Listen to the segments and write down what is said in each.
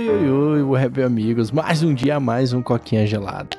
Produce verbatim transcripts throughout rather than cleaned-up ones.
Oi, oi, oi, web amigos, mais um dia, mais um coquinha gelado.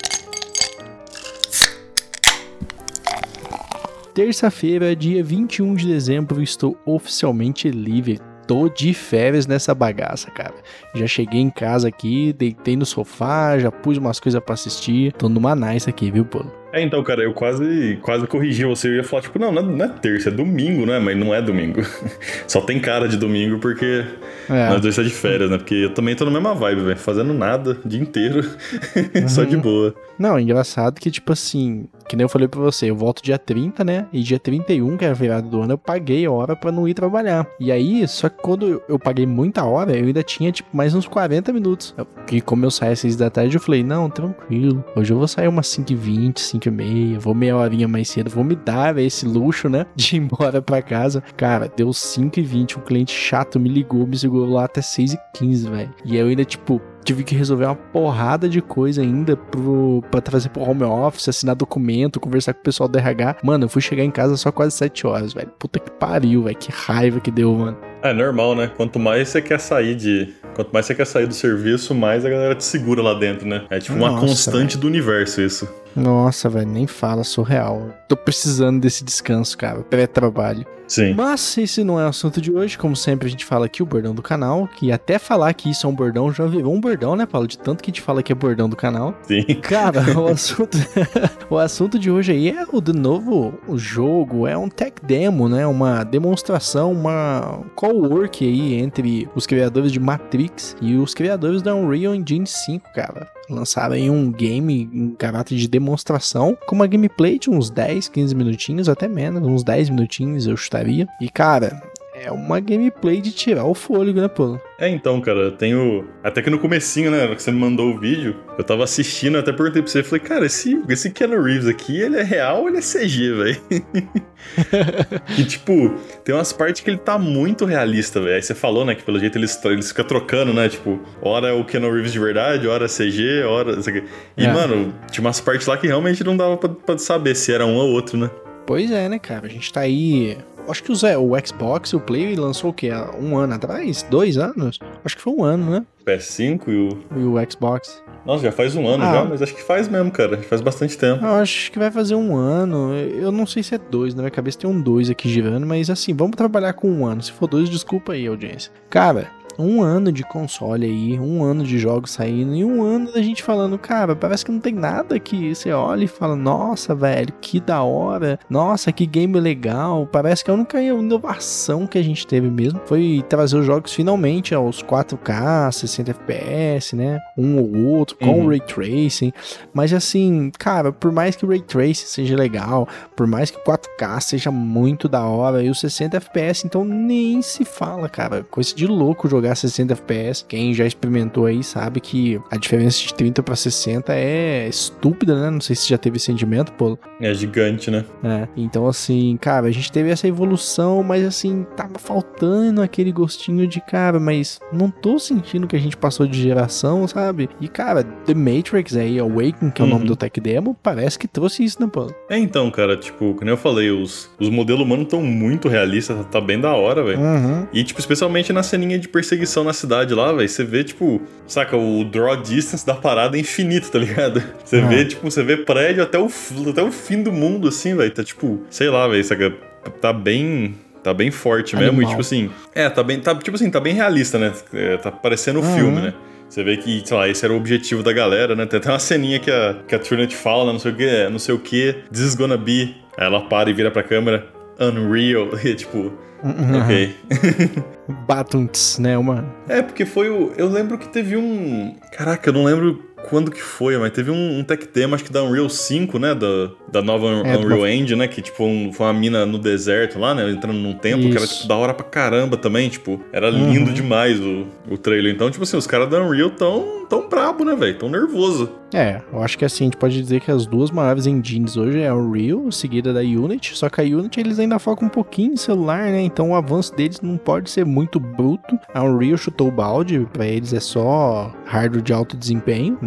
Terça-feira, dia vinte e um de dezembro, estou oficialmente livre. Tô de férias nessa bagaça, cara. Já cheguei em casa aqui, deitei no sofá, já pus umas coisas pra assistir. Tô numa nice aqui, viu, pô? É, então, cara, eu quase, quase corrigi você. Eu ia falar, tipo, não, não é terça, é domingo, né? Mas não é domingo. Só tem cara de domingo porque é. Nós dois tá de férias, né? Porque eu também tô na mesma vibe, velho. Fazendo nada o dia inteiro. Uhum. Só de boa. Não, é engraçado que, tipo assim, que nem eu falei pra você, eu volto dia trinta, né? E dia trinta e um, que é a virada do ano, eu paguei hora pra não ir trabalhar. E aí, só que quando eu paguei muita hora, eu ainda tinha, tipo, mais uns quarenta minutos. E como eu saio às seis da tarde, eu falei, não, tranquilo. Hoje eu vou sair umas cinco e vinte, cinco e meia, vou meia horinha mais cedo, vou me dar esse luxo, né? De ir embora pra casa. Cara, deu cinco e vinte, um cliente chato me ligou, me segurou lá até seis e quinze, velho. E eu ainda, tipo... tive que resolver uma porrada de coisa ainda pro, pra trazer pro home office, assinar documento, conversar com o pessoal do R H. Mano, eu fui chegar em casa só quase sete horas, velho. Puta que pariu, velho. Que raiva que deu, mano. É normal, né? Quanto mais você quer sair de... Quanto mais você quer sair do serviço, mais a galera te segura lá dentro, né? É tipo uma Nossa, constante véio. do universo isso. Nossa, velho, nem fala, surreal. Tô precisando desse descanso, cara. Pré-trabalho. Sim. Mas esse não é o assunto de hoje. Como sempre, a gente fala aqui o bordão do canal. Que até falar que isso é um bordão já virou um bordão, né, Paulo? De tanto que a gente fala que é bordão do canal. Sim. Cara, o assunto, o assunto de hoje aí é o de novo o jogo. É um tech demo, né? Uma demonstração, uma co-work aí entre os criadores de Matrix e os criadores da Unreal Engine cinco, cara. Lançaram aí um game em caráter de demonstração com uma gameplay de uns dez, quinze minutinhos, até menos, uns dez minutinhos eu chutaria. E cara, é uma gameplay de tirar o fôlego, né, pô? É, então, cara, tenho... Até que no comecinho, né, que você me mandou o vídeo, eu tava assistindo, até perguntei pra você, falei, cara, esse, esse Keanu Reeves aqui, ele é real ou ele é C G, velho? E, tipo, tem umas partes que ele tá muito realista, velho. Aí você falou, né, que pelo jeito eles, eles ficam trocando, né, tipo, hora é o Keanu Reeves de verdade, hora é C G, hora... E, é. mano, tinha umas partes lá que realmente não dava pra, pra saber se era um ou outro, né? Pois é, né, cara, a gente tá aí... Acho que o, Zé, o Xbox, o Play lançou o quê? Um ano atrás? Dois anos? Acho que foi um ano, né? P S cinco e o... E o Xbox. Nossa, já faz um ano ah, já, mas acho que faz mesmo, cara. Faz bastante tempo. Eu acho que vai fazer um ano. Eu não sei se é dois, na minha cabeça tem um dois aqui girando, mas assim, vamos trabalhar com um ano. Se for dois, desculpa aí, audiência. Cara... Um ano de console aí, um ano de jogos saindo e um ano da gente falando, cara, parece que não tem nada que você olha e fala, nossa, velho, que da hora, nossa, que game legal. Parece que a única inovação que a gente teve mesmo foi trazer os jogos finalmente aos quatro K, sessenta F P S, né? Um ou outro, com uhum. Ray Tracing. Mas assim, cara, por mais que o Ray Tracing seja legal, por mais que quatro K seja muito da hora, e os sessenta F P S, então nem se fala, cara. Coisa de louco jogar sessenta F P S. Quem já experimentou aí sabe que a diferença de trinta pra sessenta é estúpida, né? Não sei se já teve esse sentimento, pô. É gigante, né? É. Então, assim, cara, a gente teve essa evolução, mas assim, tava faltando aquele gostinho de, cara, mas não tô sentindo que a gente passou de geração, sabe? E, cara, The Matrix aí, Awakening, que é o uhum. nome do tech demo, parece que trouxe isso, né, pô? É, então, cara, tipo, como eu falei, os, os modelos humanos estão muito realistas, tá bem da hora, velho. Uhum. E, tipo, especialmente na ceninha de perseguição na cidade lá, velho, você vê, tipo, saca, o draw distance da parada é infinito, tá ligado? Você ah. vê, tipo, você vê prédio até o, até o fim do mundo, assim, velho, tá, tipo, sei lá, velho, saca, tá bem... Tá bem forte mesmo. Animal. E, tipo assim... É, tá bem... Tá, tipo assim, tá bem realista, né? É, tá parecendo um uhum. filme, né? Você vê que, sei lá, esse era o objetivo da galera, né? Tem até uma ceninha que a, que a Trinity fala, né? Não sei o que, não sei o que, this is gonna be... Aí ela para e vira pra câmera, Unreal, e tipo... Uhum. Ok. Batunts, né, uma... É, porque foi o... Eu lembro que teve um... Caraca, eu não lembro quando que foi, mas teve um, um tech demo, acho que da Unreal cinco, né, da, da nova é, Unreal do... Engine, né, que tipo um, foi uma mina no deserto lá, né, entrando num templo, Isso. que era tipo da hora pra caramba também, tipo, era lindo uhum. demais o, o trailer. Então, tipo assim, os caras da Unreal tão, tão brabo, né, velho, tão nervoso. É, eu acho que assim, a gente pode dizer que as duas maiores engines hoje é a Unreal, seguida da Unity, só que a Unity eles ainda focam um pouquinho em celular, né, então o avanço deles não pode ser muito bruto. A Unreal chutou o balde, pra eles é só hardware de alto desempenho,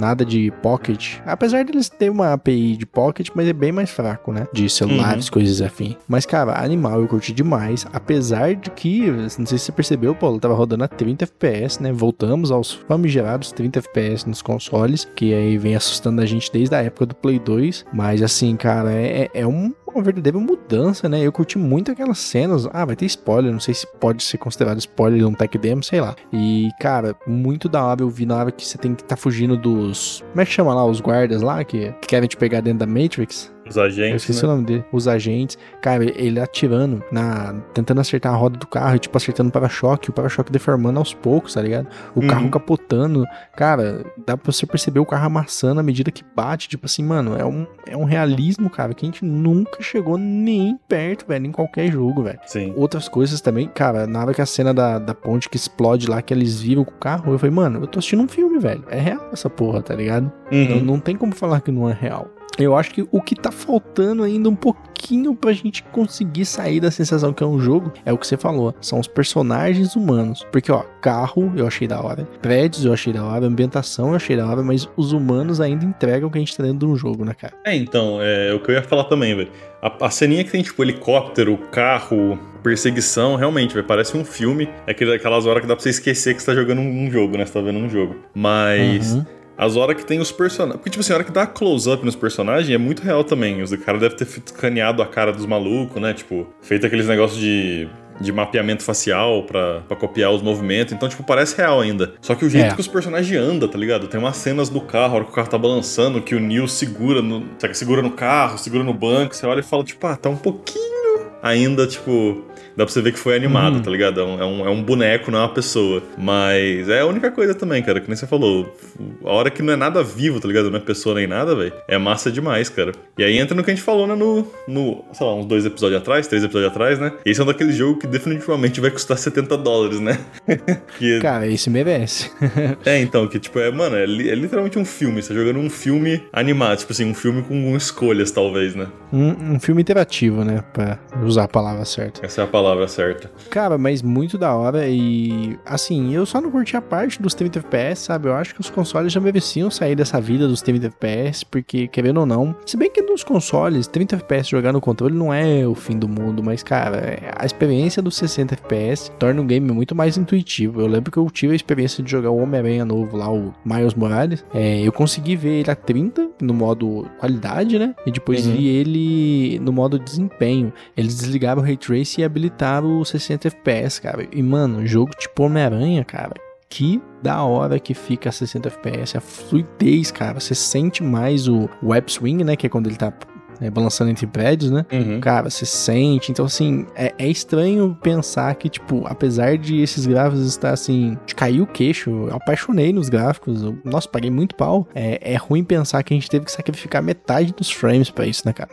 nada de pocket. Apesar deles ter uma A P I de pocket, mas é bem mais fraco, né? De celulares, uhum. coisas afim. Mas, cara, Animal eu curti demais. Apesar de que, não sei se você percebeu, Paulo, tava rodando a trinta F P S, né? Voltamos aos famigerados trinta F P S nos consoles, que aí vem assustando a gente desde a época do Play dois. Mas, assim, cara, é, é um... uma verdadeira mudança, né? Eu curti muito aquelas cenas. Ah, vai ter spoiler, não sei se pode ser considerado spoiler de um tech demo, sei lá. E, cara, muito da hora eu vi na hora que você tem que estar tá fugindo dos... Como é que chama lá? Os guardas lá que, que querem te pegar dentro da Matrix? Os agentes, eu esqueci né? o nome dele. Os agentes. Cara, ele atirando, na, tentando acertar a roda do carro e, tipo, acertando o para-choque, o para-choque deformando aos poucos, tá ligado? O uhum. carro capotando. Cara, dá pra você perceber o carro amassando à medida que bate. Tipo assim, mano, é um, é um realismo, cara, que a gente nunca chegou nem perto, velho, em qualquer jogo, velho. Sim. Outras coisas também, cara, na hora que a cena da, da ponte que explode lá, que eles viram com o carro, eu falei, mano, eu tô assistindo um filme, velho. É real essa porra, tá ligado? Uhum. Não, não tem como falar que não é real. Eu acho que o que tá faltando ainda um pouquinho pra gente conseguir sair da sensação que é um jogo é o que você falou, são os personagens humanos. Porque, ó, carro eu achei da hora, prédios eu achei da hora, ambientação eu achei da hora, mas os humanos ainda entregam o que a gente tá dentro de um jogo, né, cara? É, então, é o que eu ia falar também, velho. A, a ceninha que tem, tipo, helicóptero, carro, perseguição, realmente, velho, parece um filme. É aquelas horas que dá pra você esquecer que você tá jogando um, um jogo, né? Você tá vendo um jogo. Mas... Uhum. As horas que tem os personagens... Porque, tipo assim, a hora que dá close-up nos personagens é muito real também. Os caras devem ter escaneado a cara dos malucos, né? Tipo, feito aqueles negócios de... de mapeamento facial pra, pra copiar os movimentos. Então, tipo, parece real ainda. Só que o jeito é. que os personagens andam, tá ligado? Tem umas cenas do carro, a hora que o carro tá balançando, que o Neo segura no... Sabe, segura no carro, segura no banco. Você olha e fala, tipo, ah, tá um pouquinho ainda, tipo... Dá pra você ver que foi animado, uhum. tá ligado? É um, é, um, é um boneco, não é uma pessoa. Mas é a única coisa também, cara, que nem você falou. A hora que não é nada vivo, tá ligado? Não é pessoa nem nada, velho. É massa demais, cara. E aí entra no que a gente falou, né? No, no, sei lá, uns dois episódios atrás, três episódios atrás, né? Esse é um daqueles jogos que definitivamente vai custar setenta dólares, né? que... Cara, esse merece. é, então, que tipo, é, mano, é, li, é literalmente um filme. Você tá jogando um filme animado, tipo assim, um filme com escolhas, talvez, né? Um, um filme interativo, né? Pra usar a palavra certa. Essa é a palavra. palavra certa. Cara, mas muito da hora e, assim, eu só não curti a parte dos trinta F P S, sabe? Eu acho que os consoles já mereciam sair dessa vida dos trinta F P S, porque, querendo ou não, se bem que nos consoles, trinta F P S jogar no controle não é o fim do mundo, mas, cara, a experiência dos sessenta F P S torna o game muito mais intuitivo. Eu lembro que eu tive a experiência de jogar o Homem-Aranha novo lá, o Miles Morales, é, eu consegui ver ele a trinta no modo qualidade, né? E depois uhum. vi ele no modo desempenho. Eles desligaram o Ray Tracing e habilitaram os sessenta F P S, cara. E, mano, jogo tipo Homem-Aranha, cara, que da hora que fica a sessenta F P S. A fluidez, cara. Você sente mais o web swing, né? Que é quando ele tá... É, balançando entre prédios, né? Uhum. Cara, você sente. Então, assim, é, é estranho pensar que, tipo, apesar de esses gráficos estar, assim, de cair o queixo, eu apaixonei nos gráficos. Eu, nossa, paguei muito pau. É, é ruim pensar que a gente teve que sacrificar metade dos frames pra isso, né, cara?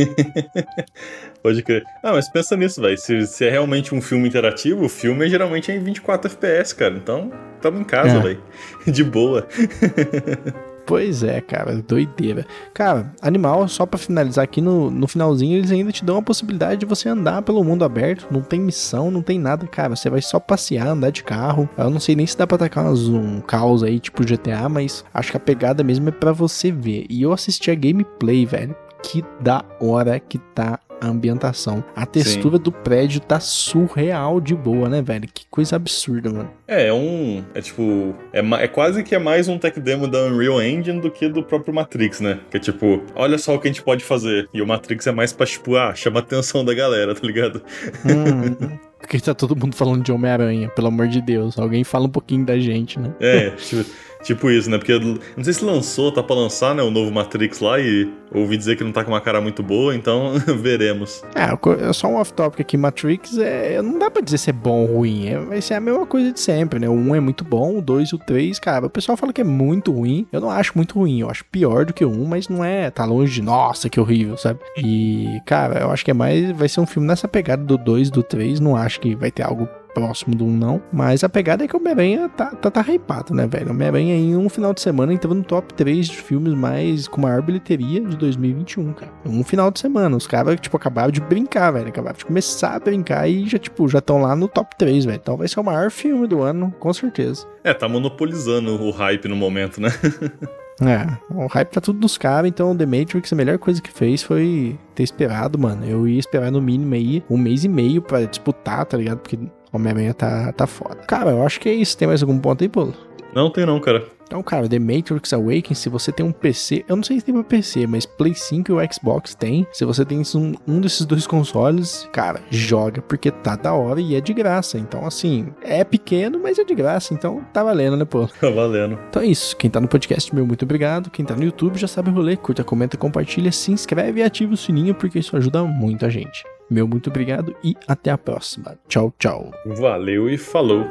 Pode crer. Ah, mas pensa nisso, velho. Se, se é realmente um filme interativo, o filme é geralmente em vinte e quatro F P S, cara. Então, tamo em casa, é. velho. De boa. Pois é, cara, doideira. Cara, Animal, só pra finalizar aqui, no, no finalzinho eles ainda te dão a possibilidade de você andar pelo mundo aberto, não tem missão, não tem nada, cara, você vai só passear, andar de carro. Eu não sei nem se dá pra atacar um caos aí, tipo G T A, mas acho que a pegada mesmo é pra você ver. E eu assisti a gameplay, velho, que da hora que tá a ambientação. A textura Sim. do prédio tá surreal de boa, né, velho? Que coisa absurda, mano. É, é um... É tipo... É, é quase que é mais um tech demo da Unreal Engine do que do próprio Matrix, né? Que é tipo, olha só o que a gente pode fazer. E o Matrix é mais pra, tipo, ah, chama a atenção da galera, tá ligado? Hum... Porque tá todo mundo falando de Homem-Aranha, pelo amor de Deus. Alguém fala um pouquinho da gente, né? É, tipo, tipo isso, né? Porque não sei se lançou, tá pra lançar, né? O novo Matrix lá e ouvi dizer que não tá com uma cara muito boa, então veremos. É, só um off-topic aqui. Matrix, é, não dá pra dizer se é bom ou ruim. É, vai ser a mesma coisa de sempre, né? O um é muito bom, o dois e o três, cara, o pessoal fala que é muito ruim. Eu não acho muito ruim, eu acho pior do que o um, mas não é, tá longe de, nossa, que horrível, sabe? E, cara, eu acho que é mais, vai ser um filme nessa pegada do dois, do três, não acho que vai ter algo próximo do um, não. Mas a pegada é que o Homem-Aranha tá, tá, tá hypado, né, velho? O Homem-Aranha em um final de semana entrou no top três de filmes mais com maior bilheteria de dois mil e vinte e um, cara. Um final de semana. Os caras, tipo, acabaram de brincar, velho. Acabaram de começar a brincar e já, tipo, já estão lá no top três, velho. Então vai ser o maior filme do ano, com certeza. É, tá monopolizando o hype no momento, né? É, o hype tá tudo nos caras, então The Matrix, a melhor coisa que fez foi ter esperado, mano. Eu ia esperar no mínimo aí um mês e meio pra disputar, tá ligado? Porque Homem-Aranha tá, tá foda. Cara, eu acho que é isso. Tem mais algum ponto aí, Paulo? Não tem não, cara. Então, cara, The Matrix Awakens, se você tem um P C, eu não sei se tem pra P C, mas Play cinco e o Xbox tem. Se você tem um, um desses dois consoles, cara, joga, porque tá da hora e é de graça. Então, assim, é pequeno, mas é de graça, então tá valendo, né, pô? Tá valendo. Então é isso. Quem tá no podcast, meu muito obrigado. Quem tá no YouTube já sabe o rolê. Curta, comenta, compartilha, se inscreve e ativa o sininho, porque isso ajuda muito a gente. Meu muito obrigado e até a próxima. Tchau, tchau. Valeu e falou.